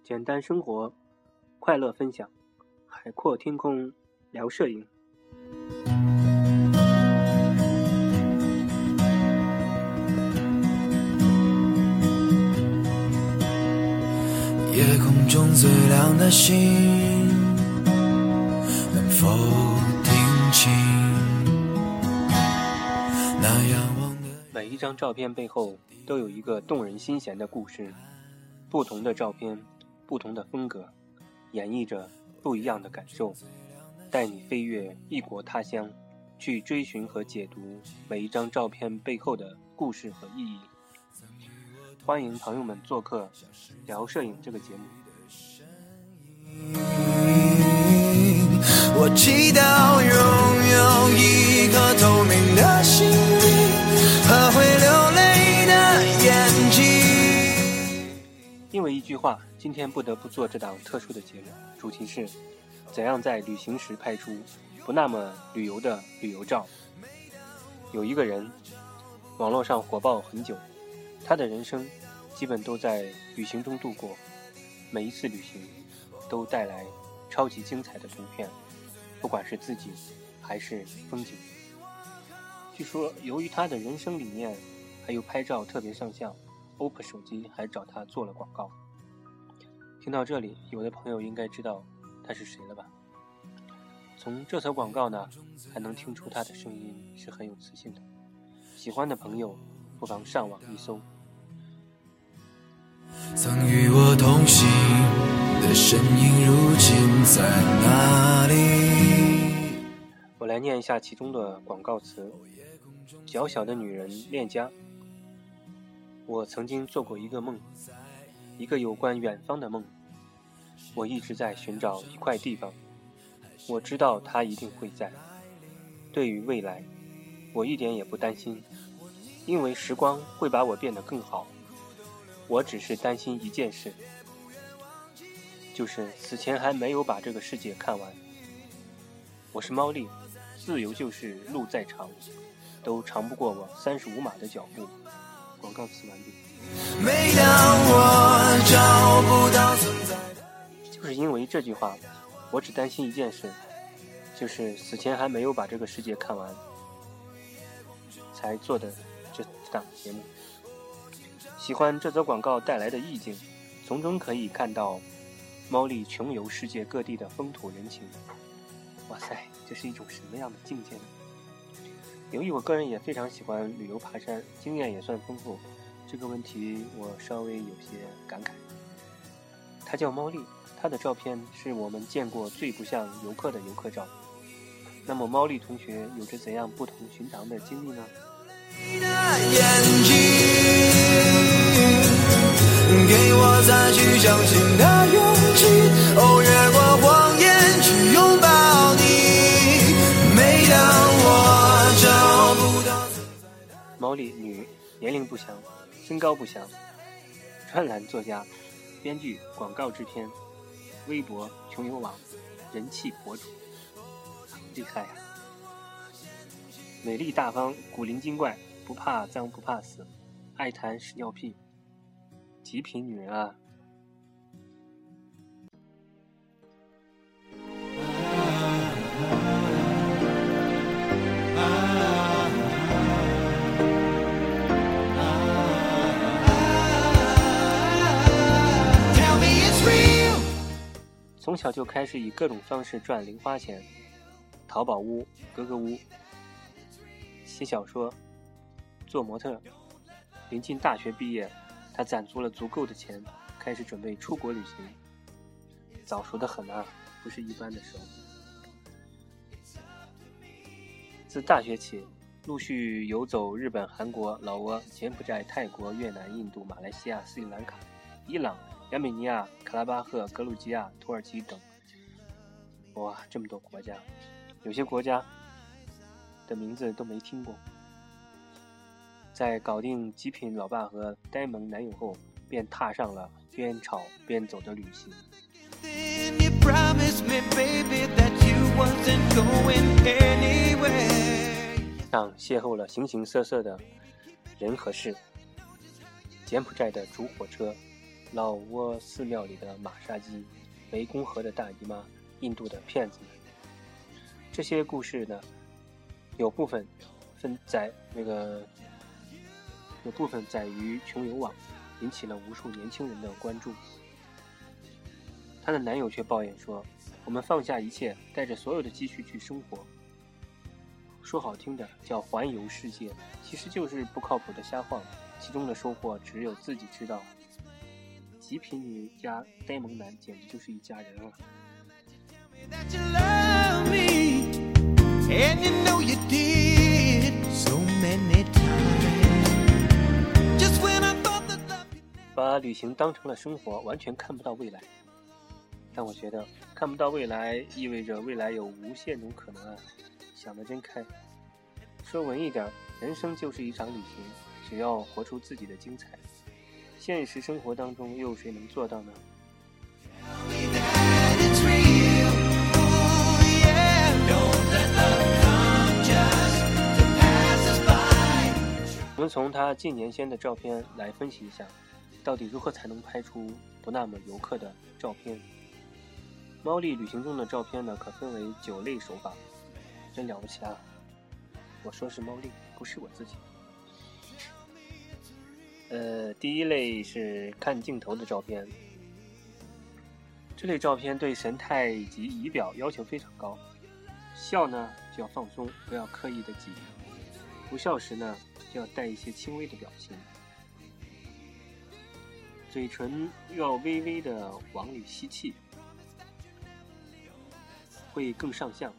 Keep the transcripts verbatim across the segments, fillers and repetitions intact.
简单生活，快乐分享，海阔天空聊摄影。 夜空中最亮的星，能否听清那仰望的。 每一张照片背后都有一个动人心弦的故事，不同的照片，不同的风格，演绎着不一样的感受，带你飞越异国他乡，去追寻和解读每一张照片背后的故事和意义。欢迎朋友们做客聊摄影这个节目。 我祈祷拥有一颗透明的心灵和会流泪的眼睛。 因为一句话，今天不得不做这档特殊的节目，主题是怎样在旅行时拍出不那么旅游的旅游照。有一个人网络上火爆很久，他的人生基本都在旅行中度过，每一次旅行都带来超级精彩的图片，不管是自己还是风景。据说由于他的人生理念还有拍照特别上相， O P P O 手机还找他做了广告。听到这里，有的朋友应该知道他是谁了吧？从这则广告呢，还能听出他的声音是很有磁性的，喜欢的朋友不妨上网一搜。 曾与我同行的身影如今在哪里？ 我来念一下其中的广告词：小小的女人恋家。我曾经做过一个梦，一个有关远方的梦。我一直在寻找一块地方，我知道它一定会在。对于未来，我一点也不担心，因为时光会把我变得更好。我只是担心一件事，就是死前还没有把这个世界看完。我是猫力，自由就是路再长，都长不过我三十五码的脚步。广告词完毕。 每当我找不到存在的， 就是因为这句话，我只担心一件事，就是死前还没有把这个世界看完，才做的这档节目。喜欢这则广告带来的意境，从中可以看到猫力穷游世界各地的风土人情。哇塞，这是一种什么样的境界呢？由于我个人也非常喜欢旅游爬山，经验也算丰富，这个问题我稍微有些感慨。他叫猫力，他的照片是我们见过最不像游客的游客照。那么猫力同学有着怎样不同寻常的经历呢？ 你的眼睛给我再去相信的勇气，哦，越过谎言去拥抱你。每当我找不到存在的猫力，女，年龄不详，身高不详，专栏作家，编剧，广告制片，微博穷游网人气博主，厉害呀、啊！美丽大方，古灵精怪，不怕脏不怕死，爱谈屎尿屁，极品女人啊！从小就开始以各种方式赚零花钱，淘宝屋、格格屋，写小说，做模特。临近大学毕业，他攒足了足够的钱，开始准备出国旅行。早熟得很啊，不是一般的熟。自大学起，陆续游走日本、韩国、老挝、柬埔寨、泰国、越南、印度、马来西亚、斯里兰卡、伊朗、亚美尼亚、卡拉巴赫、格鲁吉亚、土耳其等。哇，这么多国家，有些国家的名字都没听过。在搞定极品老爸和呆萌男友后，便踏上了边吵边走的旅行。上邂逅了形形色色的人和事，柬埔寨的主火车， 老挝寺庙里的玛莎鸡，湄公河的大姨妈，印度的骗子们。这些故事呢，有部分分在那个有部分载于穷游网，引起了无数年轻人的关注。她的男友却抱怨说，我们放下一切，带着所有的积蓄去生活，说好听的叫环游世界，其实就是不靠谱的瞎晃，其中的收获只有自己知道。极品女加呆萌男简直就是一家人啊。把旅行当成了生活，完全看不到未来。但我觉得看不到未来意味着未来有无限种可能啊，想得真开。说文艺点，人生就是一场旅行，只要活出自己的精彩。现实生活当中又有谁能做到呢？我们从他近年间的照片来分析一下，到底如何才能拍出不那么游客的照片。猫莉旅行中的照片呢，可分为九类手法，真了不起啊！我说是猫莉，不是我自己。呃，第一类是看镜头的照片，这类照片对神态以及仪表要求非常高。笑呢就要放松，不要刻意的挤；不笑时呢，就要带一些轻微的表情，嘴唇要微微的往里吸气，会更上相。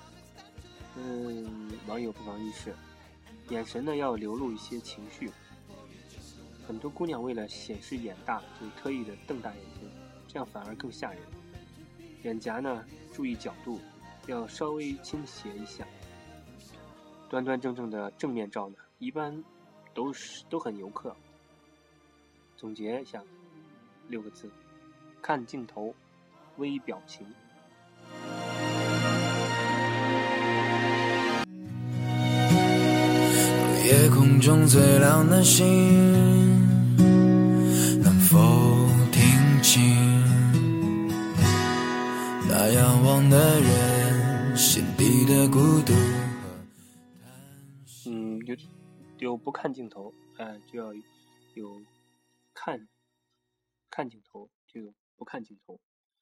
嗯，网友不妨一试。眼神呢要流露一些情绪。很多姑娘为了显示眼大，就特意的瞪大眼睛，这样反而更吓人。眼颊呢注意角度，要稍微倾斜一下。端端正正的正面照呢，一般都是都很游客。总结一下六个字：看镜头，微表情。 夜空中最亮的星，能否听清那仰望的人心底的孤独？ 嗯，有有不看镜头，呃，就要有看看镜头，就有不看镜头。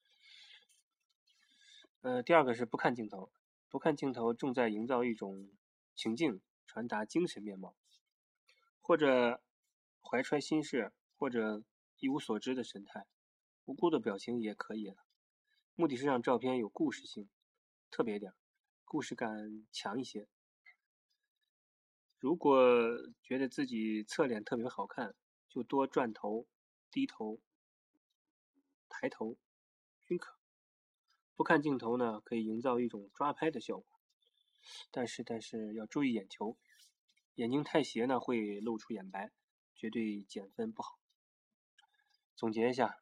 呃，第二个是不看镜头，不看镜头重在营造一种情境，传达精神面貌，或者怀揣心事，或者一无所知的神态，无辜的表情也可以了。目的是让照片有故事性，特别点，故事感强一些。如果觉得自己侧脸特别好看，就多转头、低头、抬头均可。不看镜头呢，可以营造一种抓拍的效果，但是但是要注意眼球，眼睛太斜呢会露出眼白，绝对减分不好。总结一下，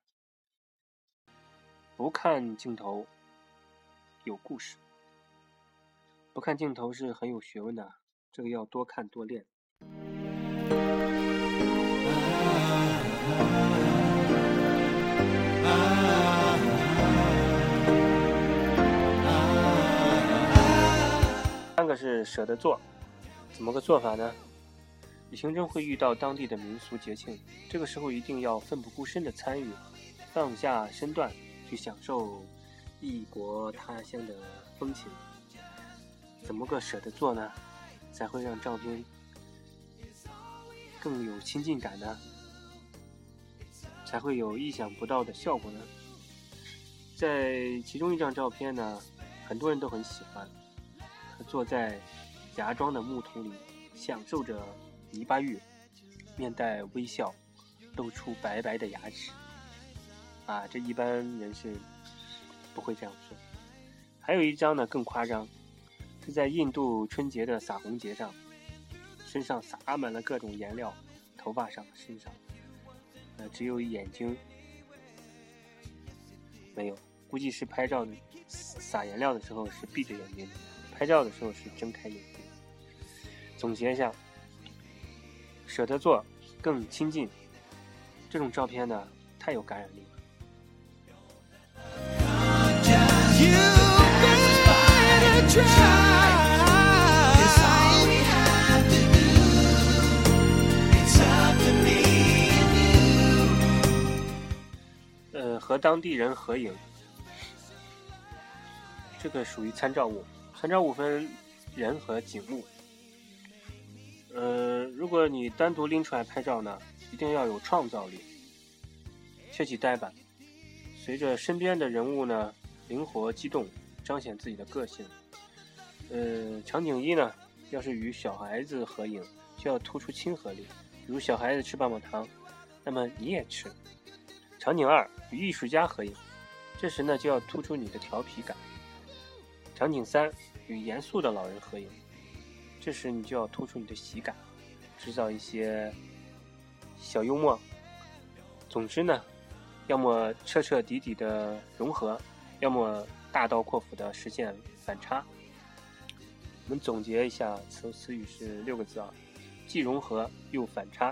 不看镜头有故事，不看镜头是很有学问的，这个要多看多练。三个是舍得做，怎么个做法呢？旅行中会遇到当地的民俗节庆，这个时候一定要奋不顾身的参与，放下身段去享受异国他乡的风情。怎么个舍得做呢？才会让照片更有亲近感呢？才会有意想不到的效果呢？在其中一张照片呢，很多人都很喜欢，坐在夹装的木桶里，享受着泥巴浴，面带微笑，露出白白的牙齿。啊，这一般人是不会这样做。还有一张呢更夸张，是在印度春节的撒红节上，身上撒满了各种颜料，头发上、身上，呃，只有眼睛没有，估计是拍照的撒颜料的时候是闭着眼睛的，拍照的时候是睁开眼睛。总结一下，舍得做更亲近，这种照片呢太有感染力了。呃，和当地人合影，这个属于参照物。参照物分人和景物。呃，如果你单独拎出来拍照呢，一定要有创造力，切忌呆板。随着身边的人物呢灵活机动，彰显自己的个性。呃，场景一呢，要是与小孩子合影，就要突出亲和力，比如小孩子吃棒棒糖，那么你也吃。场景二，与艺术家合影，这时呢就要突出你的调皮感。场景三，与严肃的老人合影，这时你就要突出你的喜感，制造一些小幽默。总之呢，要么彻彻底底的融合，要么大刀阔斧的实现反差。我们总结一下词词语是六个字啊，既融合又反差。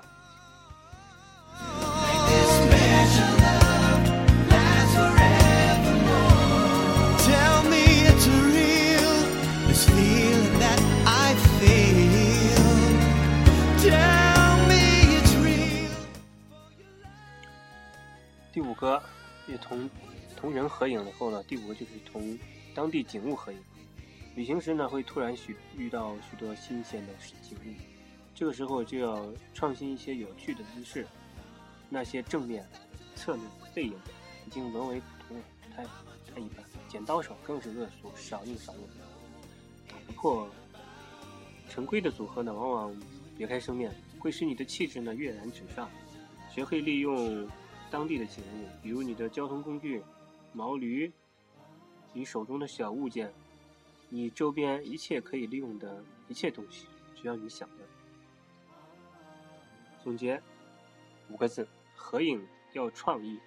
第五个也同同人合影以后呢，第五个就是同当地景物合影。旅行时呢，会突然许遇到许多新鲜的景物，这个时候就要创新一些有趣的姿势。那些正面、侧面、背影已经沦为普通了，太太一般。剪刀手更是恶俗，少用少用。打不破常规的组合呢，往往别开生面，会使你的气质呢跃然纸上。学会利用当地的景物，比如你的交通工具、毛驴，你手中的小物件，你周边一切可以利用的一切东西，只要你想的。总结五个字：合影要创意。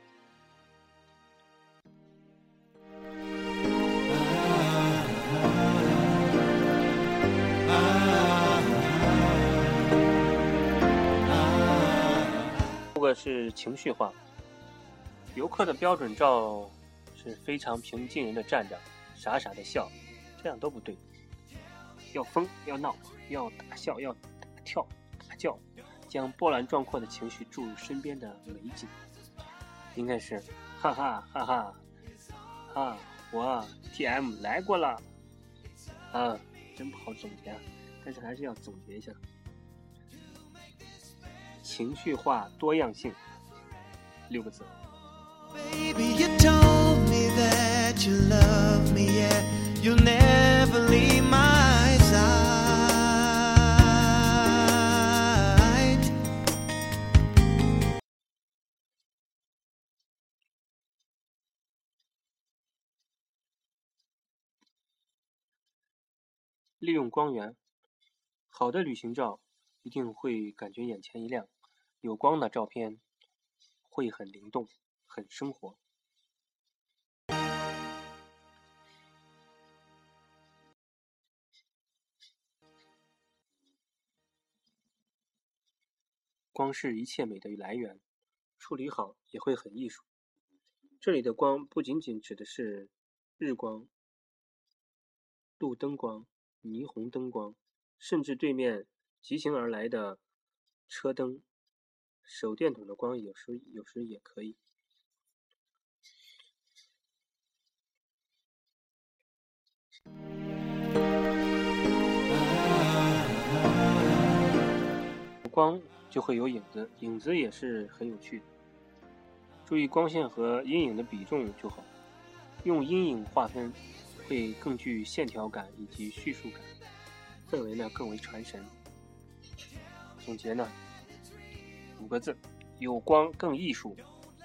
这个是情绪化。游客的标准照是非常平静人的站着，傻傻的笑，这样都不对。要疯，要闹，要大笑，要大跳大叫，将波澜壮阔的情绪注入身边的美景。应该是哈哈哈哈哈，我 T M 来过了啊，真不好总结啊，但是还是要总结一下。情绪化多样性，六个字。Baby, you told me that you love me, yeah, you'll never leave my side. 利用光源，好的旅行照一定会感觉眼前一亮，有光的照片会很灵动，很生活。光是一切美的来源，处理好也会很艺术。这里的光不仅仅指的是日光、路灯光、霓虹灯光，甚至对面疾行而来的车灯、手电筒的光有时有时也可以。有光就会有影子，影子也是很有趣的。注意光线和阴影的比重就好，用阴影划分会更具线条感以及叙述感，氛围呢更为传神。总结呢五个字：有光更艺术。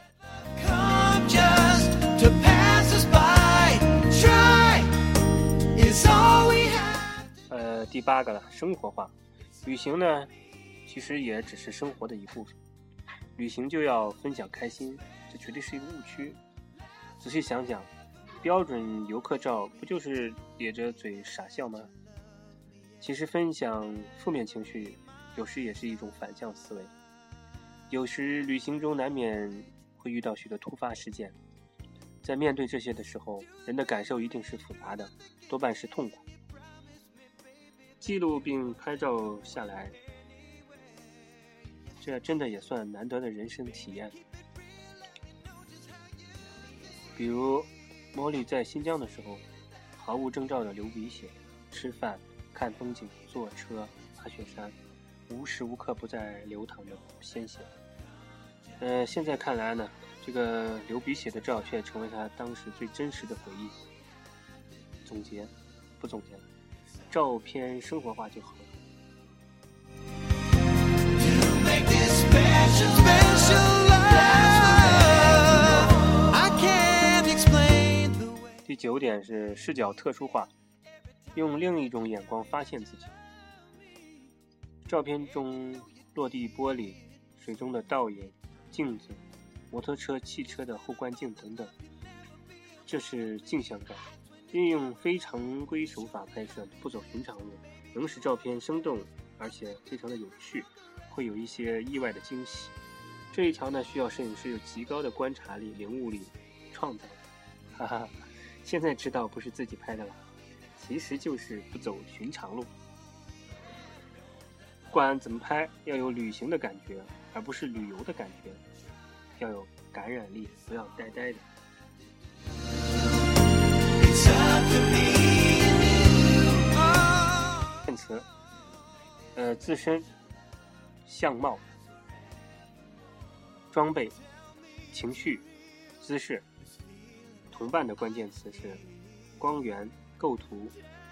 呃，第八个了，生活化。旅行呢，其实也只是生活的一部分。旅行就要分享开心，这绝对是一个误区。仔细想想，标准游客照不就是咧着嘴傻笑吗？其实分享负面情绪，有时也是一种反向思维。有时旅行中难免会遇到许多突发事件，在面对这些的时候，人的感受一定是复杂的，多半是痛苦。记录并拍照下来，这真的也算难得的人生体验。比如茉莉在新疆的时候，毫无征兆的流鼻血，吃饭、看风景、坐车、爬雪山，无时无刻不在流淌着鲜血。呃，现在看来呢，这个流鼻血的照却成为他当时最真实的回忆。总结，不总结了，照片生活化就好了。第九点是视角特殊化，用另一种眼光发现自己。照片中落地玻璃、水中的倒影、镜子、摩托车、汽车的后观镜等等，这是镜像照。运用非常规手法拍摄，不走寻常路，能使照片生动而且非常的有趣，会有一些意外的惊喜。这一条呢，需要摄影师有极高的观察力、领悟力、创造力。哈哈，现在知道不是自己拍的了，其实就是不走寻常路。不管怎么拍，要有旅行的感觉，而不是旅游的感觉，要有感染力，不要呆呆的。片词，呃，自身、相貌、装备、情绪、姿势。同伴的关键词是光源、构图、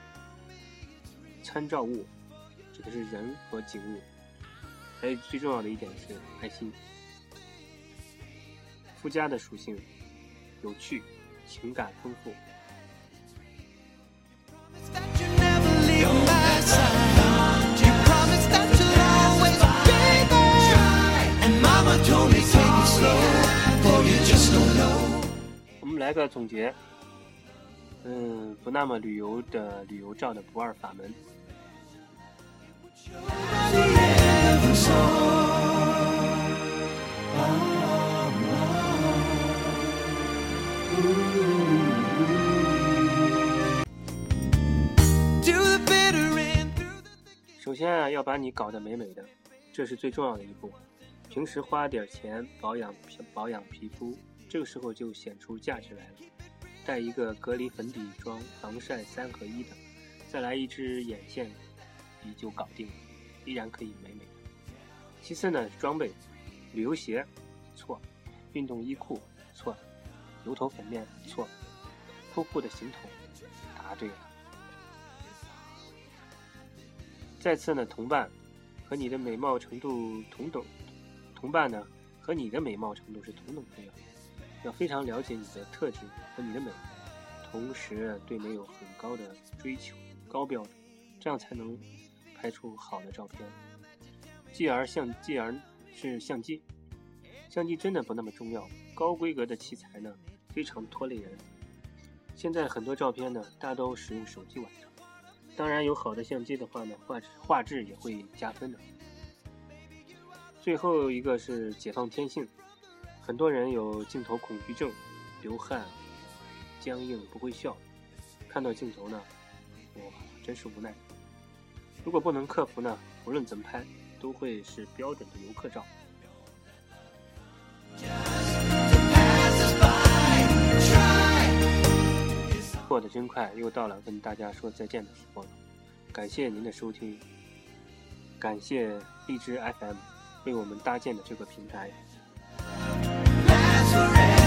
参照物，指的是人和景物。还有最重要的一点是爱心。附加的属性，有趣，情感丰富。我们来个总结，嗯，不那么旅游的旅游照的不二法门。首先啊，要把你搞得美美的，这是最重要的一步。平时花点钱保养保养皮肤，这个时候就显出价值来了。带一个隔离粉底妆，防晒三合一的，再来一支眼线笔就搞定了，依然可以美美的。其次呢，装备，旅游鞋错，运动衣裤错，油头粉面错，酷酷的行头答对了。再次呢，同伴和你的美貌程度同等，同伴呢和你的美貌程度是同等重要，要非常了解你的特质和你的美，同时对美有很高的追求、高标准，这样才能拍出好的照片。继而相继而是相机，相机真的不那么重要，高规格的器材呢非常拖累人。现在很多照片呢大都使用手机完成，当然有好的相机的话呢，画质画质也会加分的。最后一个是解放天性，很多人有镜头恐惧症，流汗、僵硬、不会笑，看到镜头呢，哇，真是无奈。如果不能克服呢，无论怎么拍，都会是标准的游客照。过得真快，又到了跟大家说再见的时候了。感谢您的收听，感谢荔枝 F M 为我们搭建的这个平台。